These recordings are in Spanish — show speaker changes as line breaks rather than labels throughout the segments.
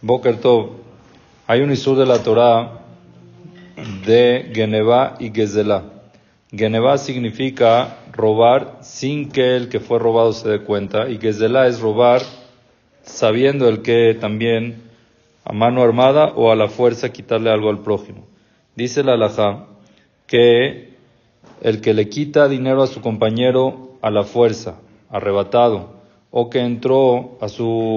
Boker Tov. Hay un isur de la Torah de Genevá y Gezelá. Genevá significa robar sin que el que fue robado se dé cuenta, y Gezelá es robar sabiendo el que también a mano armada o a la fuerza quitarle algo al prójimo. Dice la halajá que el que le quita dinero a su compañero a la fuerza, arrebatado, o que entró a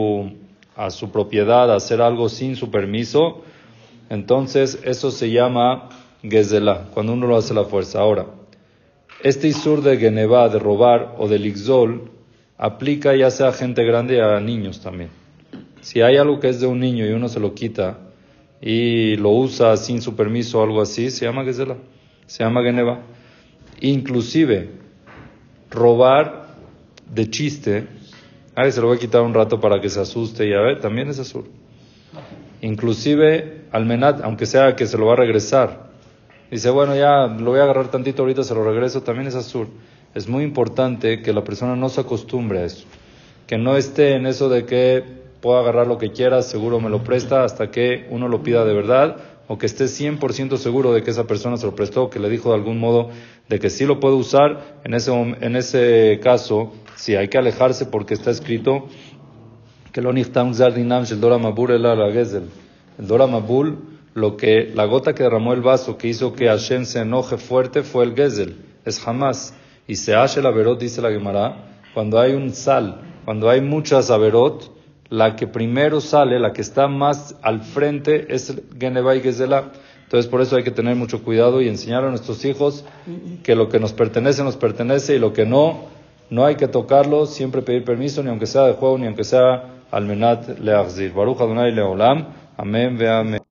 su propiedad a hacer algo sin su permiso, entonces eso se llama Gezelá, cuando uno lo hace a la fuerza. Ahora, este isur de Genevá, de robar, o del Ixol, aplica ya sea a gente grande y a niños también. Si hay algo que es de un niño y uno se lo quita y lo usa sin su permiso o algo así, se llama Gezelá, se llama Genevá. Inclusive, robar de chiste, se lo voy a quitar un rato para que se asuste y a ver, también es azul. Inclusive, almenat, aunque sea que se lo va a regresar, dice, bueno, ya lo voy a agarrar tantito ahorita, se lo regreso, también es azul. Es muy importante que la persona no se acostumbre a eso, que no esté en eso de que puedo agarrar lo que quiera, seguro me lo presta, hasta que uno lo pida de verdad, o que esté 100% seguro de que esa persona se lo prestó, que le dijo de algún modo de que sí lo puede usar. En ese caso, sí hay que alejarse, porque está escrito que lo niftam zardinam shel dora mabul el la gezel. El dora mabul, la gota que derramó el vaso, que hizo que Hashem se enoje fuerte, fue el gezel, es jamás. Y se hace el averot, dice la Gemara, cuando hay un sal, cuando hay muchas averot, la que primero sale, la que está más al frente, es Genevá y Gezelá. Entonces por eso hay que tener mucho cuidado y enseñar a nuestros hijos que lo que nos pertenece, y lo que no hay que tocarlo, siempre pedir permiso, ni aunque sea de juego, ni aunque sea al menat leachzir. Baruch Adonai leolam, amén ve amén.